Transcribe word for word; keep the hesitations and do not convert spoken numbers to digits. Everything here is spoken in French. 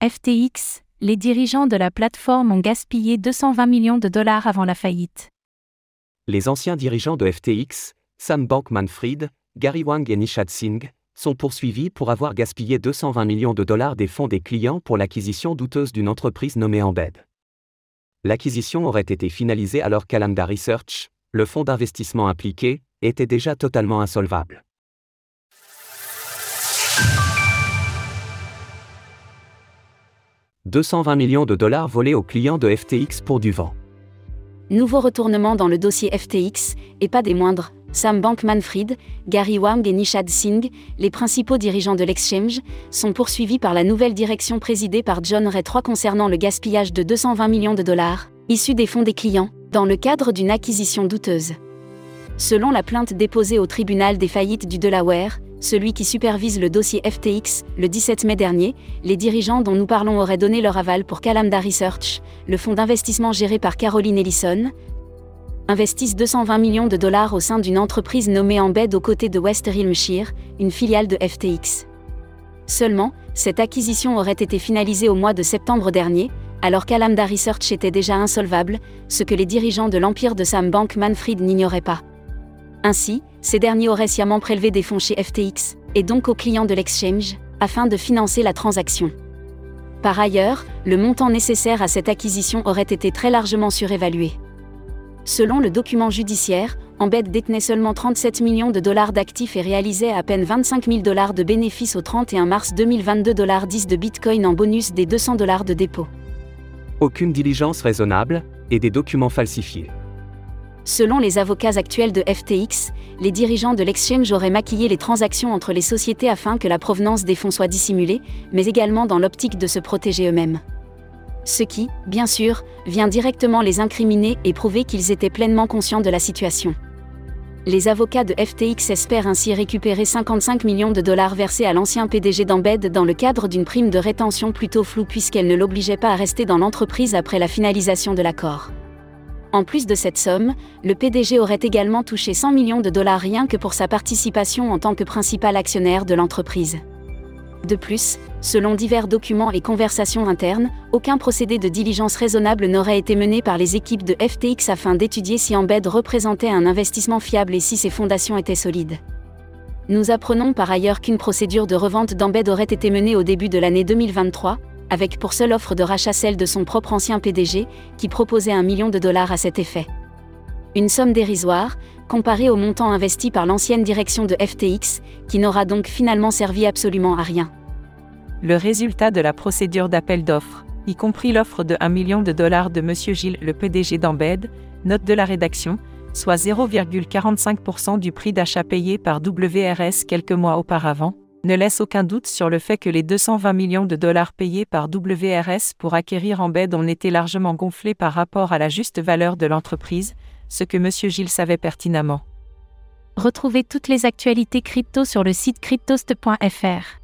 F T X, les dirigeants de la plateforme ont gaspillé deux cent vingt millions de dollars avant la faillite. Les anciens dirigeants de F T X, Sam Bankman-Fried, Gary Wang et Nishad Singh, sont poursuivis pour avoir gaspillé deux cent vingt millions de dollars des fonds des clients pour l'acquisition douteuse d'une entreprise nommée Embed. L'acquisition aurait été finalisée alors qu'Alameda Research, le fonds d'investissement impliqué, était déjà totalement insolvable. deux cent vingt millions de dollars volés aux clients de F T X pour du vent. Nouveau retournement dans le dossier F T X, et pas des moindres. Sam Bankman-Fried, Gary Wang et Nishad Singh, les principaux dirigeants de l'exchange, sont poursuivis par la nouvelle direction présidée par John Ray trois concernant le gaspillage de deux cent vingt millions de dollars, issus des fonds des clients, dans le cadre d'une acquisition douteuse. Selon la plainte déposée au tribunal des faillites du Delaware, celui qui supervise le dossier F T X, le dix-sept mai dernier, les dirigeants dont nous parlons auraient donné leur aval pour qu'Alameda Research, le fonds d'investissement géré par Caroline Ellison, investisse deux cent vingt millions de dollars au sein d'une entreprise nommée Embed aux côtés de West Rilmshire, une filiale de F T X. Seulement, cette acquisition aurait été finalisée au mois de septembre dernier, alors qu'Alameda Research était déjà insolvable, ce que les dirigeants de l'empire de Sam Bankman-Fried n'ignoraient pas. Ainsi, ces derniers auraient sciemment prélevé des fonds chez F T X, et donc aux clients de l'exchange, afin de financer la transaction. Par ailleurs, le montant nécessaire à cette acquisition aurait été très largement surévalué. Selon le document judiciaire, Embed détenait seulement trente-sept millions de dollars d'actifs et réalisait à peine vingt-cinq mille dollars de bénéfices au trente et un mars deux mille vingt-deux, dix de Bitcoin en bonus des deux cents dollars de dépôt. Aucune diligence raisonnable, et des documents falsifiés. Selon les avocats actuels de F T X, les dirigeants de l'exchange auraient maquillé les transactions entre les sociétés afin que la provenance des fonds soit dissimulée, mais également dans l'optique de se protéger eux-mêmes. Ce qui, bien sûr, vient directement les incriminer et prouver qu'ils étaient pleinement conscients de la situation. Les avocats de F T X espèrent ainsi récupérer cinquante-cinq millions de dollars versés à l'ancien P D G d'Embed dans le cadre d'une prime de rétention plutôt floue puisqu'elle ne l'obligeait pas à rester dans l'entreprise après la finalisation de l'accord. En plus de cette somme, le P D G aurait également touché cent millions de dollars rien que pour sa participation en tant que principal actionnaire de l'entreprise. De plus, selon divers documents et conversations internes, aucun procédé de diligence raisonnable n'aurait été mené par les équipes de F T X afin d'étudier si Embed représentait un investissement fiable et si ses fondations étaient solides. Nous apprenons par ailleurs qu'une procédure de revente d'Embed aurait été menée au début de l'année deux mille vingt-trois, avec pour seule offre de rachat celle de son propre ancien P D G, qui proposait un million de dollars à cet effet. Une somme dérisoire, comparée au montant investi par l'ancienne direction de F T X, qui n'aura donc finalement servi absolument à rien. Le résultat de la procédure d'appel d'offres, y compris l'offre de un million de dollars de Monsieur Gilles, le P D G d'Embed, note de la rédaction, soit zéro virgule quarante-cinq pour cent du prix d'achat payé par W R S quelques mois auparavant, ne laisse aucun doute sur le fait que les deux cent vingt millions de dollars payés par W R S pour acquérir Embed ont été largement gonflés par rapport à la juste valeur de l'entreprise, ce que Monsieur Gilles savait pertinemment. Retrouvez toutes les actualités crypto sur le site cryptost point f r.